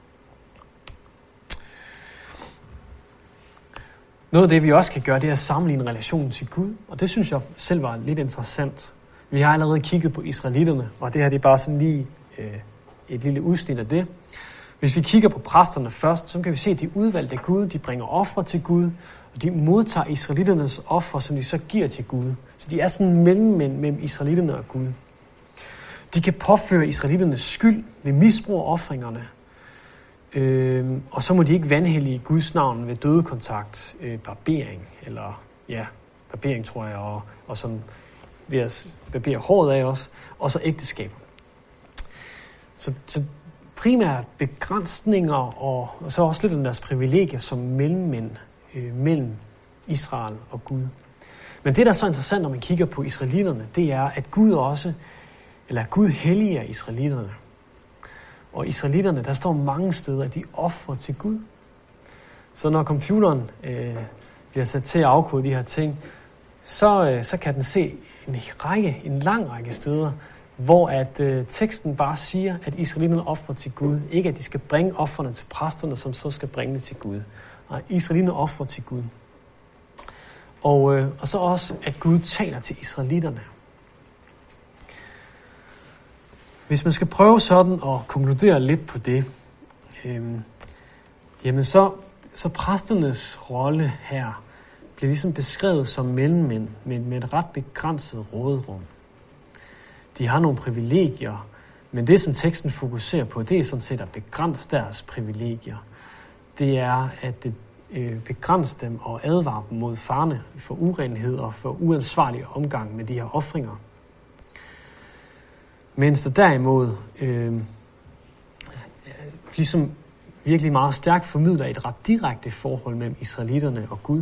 Noget af det, vi også kan gøre, det er at sammenligne relationen til Gud, og det synes jeg selv var lidt interessant. Vi har allerede kigget på israelitterne, og det her det er bare sådan lige et lille udsnit af det. Hvis vi kigger på præsterne først, så kan vi se, at de udvalgte Gud, de bringer ofre til Gud, og de modtager israelitternes ofre, som de så giver til Gud. Så de er sådan mellem israelitterne og Gud. De kan påføre israelitternes skyld ved misbrug af ofringerne. Og så må de ikke vanhellige Guds navn ved dødekontakt, barbering tror jeg, og sådan ved at barbere håret af os, og så ægteskab. Så primært begrænsninger, og så også lidt af deres privilegier som mellemmænd mellem Israel og Gud. Men det, der er så interessant, når man kigger på israelitterne, det er, at Gud helliger israelitterne. Og israelitterne, der står mange steder, at de ofrer til Gud. Så når computeren bliver sat til at afkode de her ting, så kan den se en lang række steder, hvor at teksten bare siger, at israelitterne ofrer til Gud. Ikke at de skal bringe ofrene til præsterne, som så skal bringe det til Gud. Nej, israelitterne ofrer til Gud. Og så også, at Gud taler til israelitterne. Hvis man skal prøve sådan at konkludere lidt på det, jamen så præsternes rolle her bliver ligesom beskrevet som mellemmænd med et ret begrænset råderum. De har nogle privilegier, men det, som teksten fokuserer på, det er sådan set at begrænse deres privilegier. Det er at begrænse dem og advare dem mod farne for urenhed og for uansvarlig omgang med de her ofringer. Mens der derimod ligesom virkelig meget stærkt formidler et ret direkte forhold mellem israelitterne og Gud.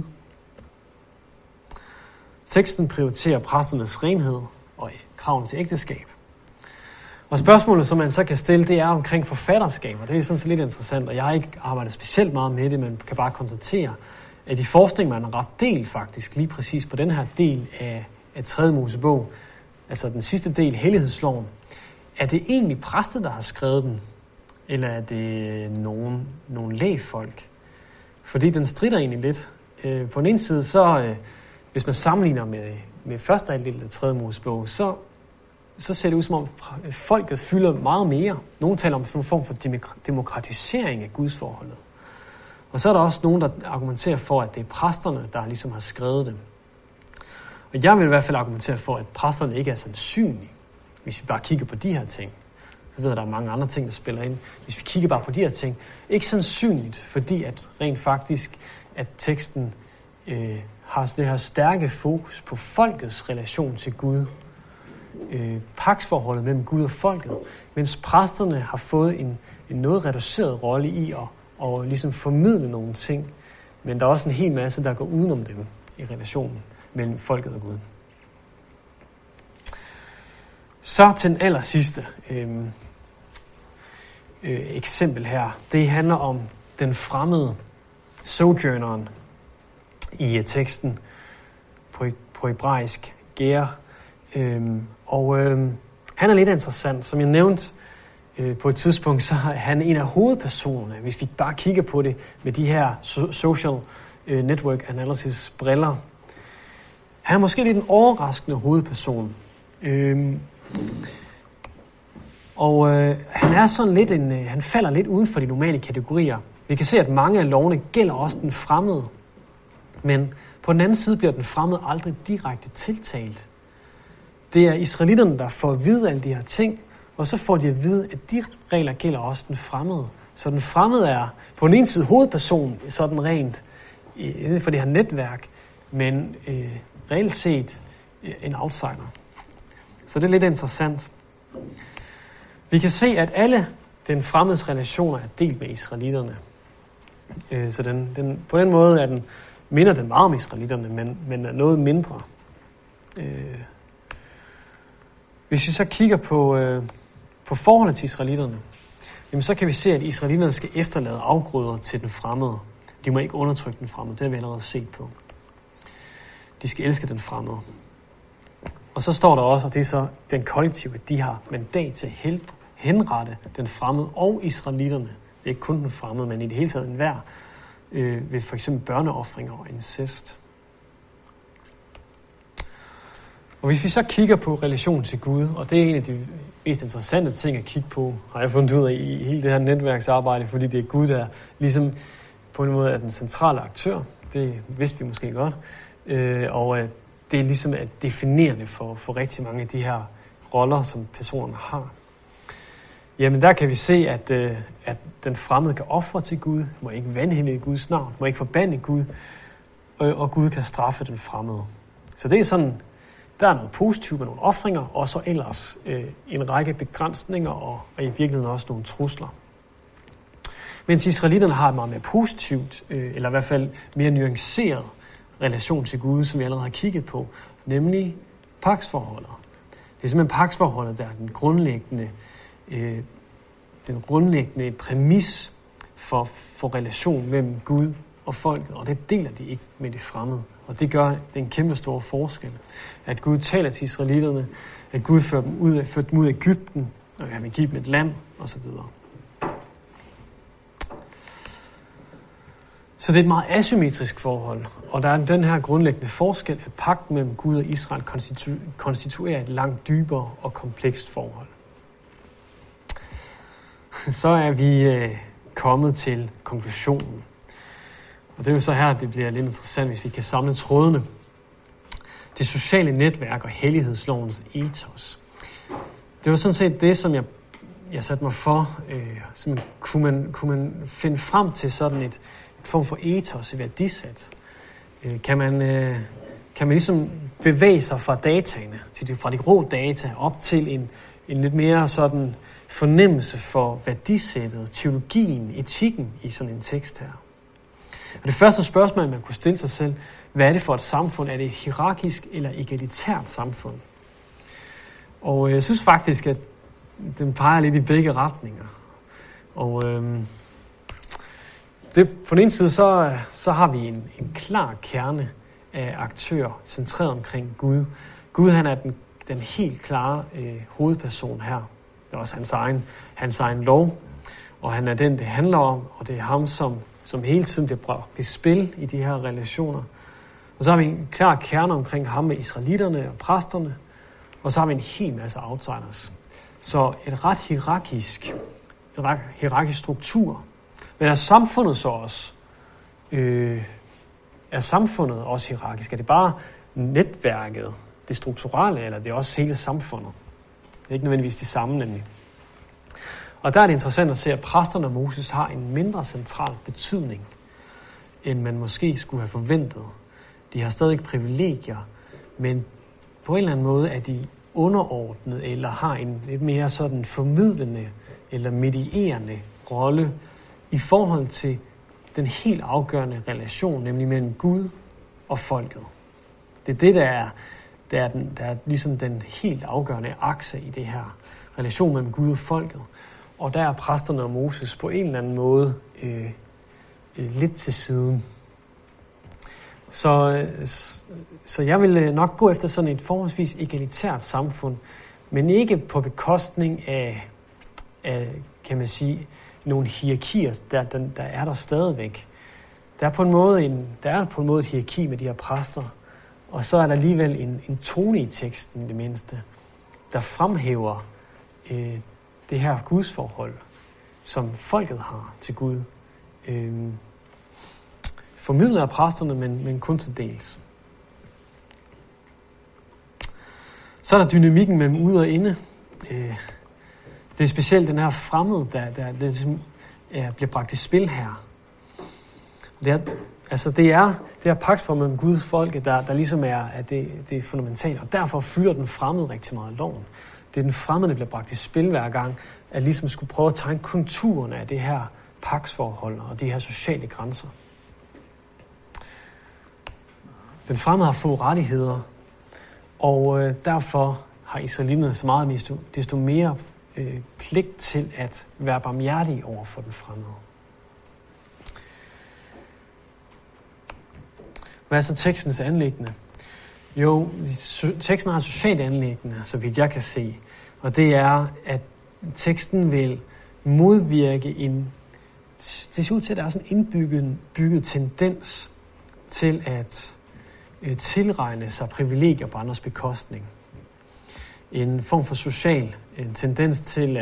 Teksten prioriterer præsternes renhed og kraven til ægteskab. Og spørgsmålet, som man så kan stille, det er omkring forfatterskab, og det er sådan set lidt interessant, og jeg har ikke arbejdet specielt meget med det, men kan bare konstatere, at i forskning man er ret del faktisk, lige præcis på den her del af 3. Mosebog, altså den sidste del, Hellighedsloven. Er det egentlig præster, der har skrevet den, eller er det nogle lægfolk? Fordi den stritter egentlig lidt. På den ene side, så hvis man sammenligner med første halvdel af 3. Mosebog, så ser det ud som om folket fylder meget mere. Nogle taler om en form for demokratisering af gudsforholdet. Og så er der også nogen, der argumenterer for, at det er præsterne, der ligesom har skrevet det. Og jeg vil i hvert fald argumentere for, at præsterne ikke er sandsynlige. Hvis vi bare kigger på de her ting, så ved jeg, at der er mange andre ting, der spiller ind. Hvis vi kigger bare på de her ting, ikke sandsynligt, fordi at rent faktisk, at teksten har det her stærke fokus på folkets relation til Gud. Pagtsforholdet mellem Gud og folket, mens præsterne har fået en noget reduceret rolle i at ligesom formidle nogle ting, men der er også en hel masse, der går udenom dem i relationen mellem folket og Gud. Så til den aller sidste eksempel her. Det handler om den fremmede sojourneren i teksten på hebraisk ger. Han er lidt interessant. Som jeg nævnte på et tidspunkt, så er han en af hovedpersonerne, hvis vi bare kigger på det med de her social network analysis briller. Han er måske lidt en overraskende hovedperson. Han er sådan lidt han falder lidt uden for de normale kategorier. Vi kan se, at mange af lovene gælder også den fremmede. Men på den anden side bliver den fremmede aldrig direkte tiltalt. Det er israelitterne, der får at vide alle de her ting, og så får de at vide, at de regler gælder også den fremmede. Så den fremmede er på den ene side hovedperson, sådan rent for det her netværk, men reelt set en outsider. Så det er lidt interessant. Vi kan se, at alle den fremmedes relationer er delt med israelitterne. Så på den måde minder den meget om israelitterne, men er noget mindre. Hvis vi så kigger på forholdet til israelitterne, jamen så kan vi se, at israelitterne skal efterlade afgrøder til den fremmede. De må ikke undertrykke den fremmede, det har vi allerede set på. De skal elske den fremmede. Og så står der også, og det er så den kollektive, at de har mandat til at henrette den fremmede og israelitterne. Det er ikke kun den fremmede, men i det hele taget enhver ved for eksempel børneofringer og incest. Og hvis vi så kigger på relationen til Gud, og det er en af de mest interessante ting at kigge på, har jeg fundet ud af i hele det her netværksarbejde, fordi det er Gud, der ligesom på en måde er den centrale aktør. Det vidste vi måske godt. Og det er ligesom definerende for rigtig mange af de her roller, som personerne har. Jamen der kan vi se, at den fremmede kan ofre til Gud, må ikke vanhellige Guds navn, må ikke forbande Gud, og Gud kan straffe den fremmede. Så det er sådan, der er noget positivt med nogle ofringer, og så ellers en række begrænsninger, og i virkeligheden også nogle trusler. Mens israelitterne har et meget mere positivt, eller i hvert fald mere nuanceret relation til Gud, som vi allerede har kigget på, nemlig pagtsforholdet. Det er simpelthen pagtsforholdet, der er den grundlæggende præmis for relation mellem Gud og folket, og det deler de ikke med de fremmede. Og det gør en kæmpe stor forskel, at Gud taler til israelitterne, at Gud førte dem ud af Egypten, og han vil give dem et land, osv. Så det er et meget asymmetrisk forhold, og der er den her grundlæggende forskel, at pagten mellem Gud og Israel konstituerer et langt dybere og komplekst forhold. Så er vi kommet til konklusionen. Og det er jo så her, at det bliver lidt interessant, hvis vi kan samle trådene. Det sociale netværk og hellighedslovens ethos. Det var sådan set det, som jeg satte mig for. Kunne man finde frem til sådan et form for ethos i værdisæt? Kan man ligesom bevæge sig fra dataene, fra de rå data, op til en lidt mere sådan fornemmelse for værdisættet, teologien, etikken i sådan en tekst her? Og det første spørgsmål, man kunne stille sig selv, hvad er det for et samfund? Er det et hierarkisk eller egalitært samfund? Og jeg synes faktisk, at den peger lidt i begge retninger. Og på den ene side, så har vi en klar kerne af aktører centreret omkring Gud. Gud, han er den helt klare hovedperson her. Det er også hans egen lov, og han er den, det handler om, og det er ham, som hele tiden bliver bragt i spil i de her relationer. Og så har vi en klar kerne omkring ham med israelitterne og præsterne, og så har vi en hel masse outsiders. Så en ret hierarkisk struktur. Men er samfundet så også? Er samfundet også hierarkisk? Er det bare netværket, det strukturelle, eller det er også hele samfundet? Det er ikke nødvendigvis det samme, nemlig. Og der er det interessant at se, at præsterne og Moses har en mindre central betydning, end man måske skulle have forventet. De har stadig privilegier, men på en eller anden måde er de underordnet, eller har en lidt mere sådan formidlende eller medierende rolle i forhold til den helt afgørende relation, nemlig mellem Gud og folket. Det er det, der er ligesom den helt afgørende akse i det her relation mellem Gud og folket. Og der er præsterne og Moses på en eller anden måde lidt til siden. Så jeg vil nok gå efter sådan et forholdsvis egalitært samfund, men ikke på bekostning af kan man sige, nogle hierarkier, der er der stadigvæk. Der er på en måde et hierarki med de her præster, og så er der alligevel en tone i teksten i det mindste, der fremhæver det her gudsforhold, som folket har til Gud. Formidler af præsterne, men kun til dels. Så er der dynamikken mellem ude og inde. Det er specielt den her fremmede, der ligesom, bliver bragt i spil her. Det er pagtsforhold mellem Guds folke, der ligesom er det fundamentale, og derfor fylder den fremmede rigtig meget af loven. Det er den fremmede, der bliver bragt i spil hver gang, at ligesom skulle prøve at tegne konturerne af det her pagtsforhold og de her sociale grænser. Den fremmede har få rettigheder, og derfor har israelitterne så meget desto mere pligt til at være barmhjertige over for den fremmede. Hvad er så tekstens anliggende? Jo, teksten har et socialt anliggende, så vidt jeg kan se. Og det er, at teksten vil modvirke det ser ud til, at der er sådan en indbygget tendens til at tilregne sig privilegier på andres bekostning. En form for social tendens til,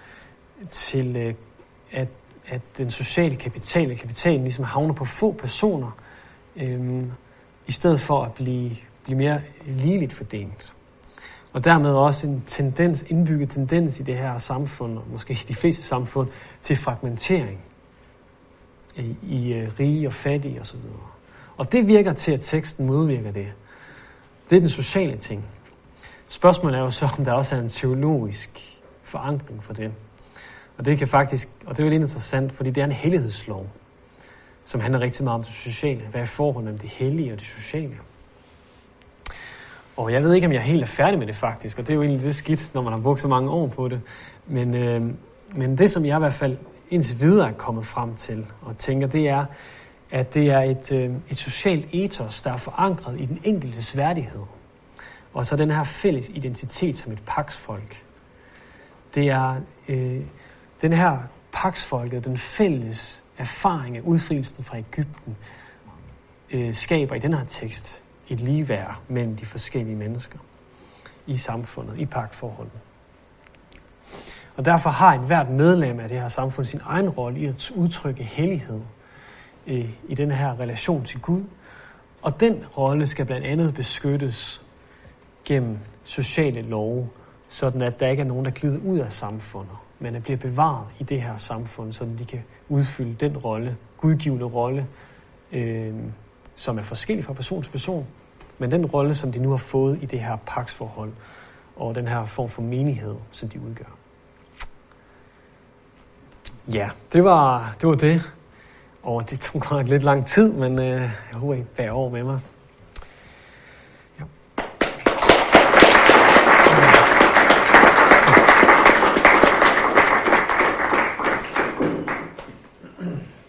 at den sociale kapitalen ligesom havner på få personer, i stedet for at blive mere ligeligt fordelt. Og dermed også en indbygget tendens i det her samfund, og måske de fleste samfund, til fragmentering i rige og fattige osv. Og det virker til, at teksten modvirker det. Det er den sociale ting. Spørgsmålet er jo så, om der også er en teologisk forankring for det. Og det kan faktisk, og det er jo lidt interessant, fordi det er en hellighedslov. som handler rigtig meget om det sociale. Hvad er forholdet mellem det hellige og det sociale? Og jeg ved ikke, om jeg helt er færdig med det faktisk, og det er jo egentlig det skidt, når man har brugt så mange år på det. Men det, som jeg i hvert fald indtil videre er kommet frem til og tænker, det er, at det er et socialt ethos, der er forankret i den enkeltes værdighed. Og så den her fælles identitet som et paksfolk. Det er den her paksfolket, den fælles erfaring af udfrielsen fra Egypten, skaber i den her tekst et ligeværd mellem de forskellige mennesker i samfundet, i pagtforholdet. Og derfor har hvert medlem af det her samfund sin egen rolle i at udtrykke hellighed i den her relation til Gud. Og den rolle skal blandt andet beskyttes gennem sociale love, sådan at der ikke er nogen, der glider ud af samfundet, men at bliver bevaret i det her samfund, så de kan udfylde den rolle, gudgivende rolle, som er forskellig fra person til person, men den rolle, som de nu har fået i det her pagtsforhold, og den her form for menighed, som de udgør. Ja, det var det. Og det tog godt nok lidt lang tid, men jeg håber, I bærer over med mig.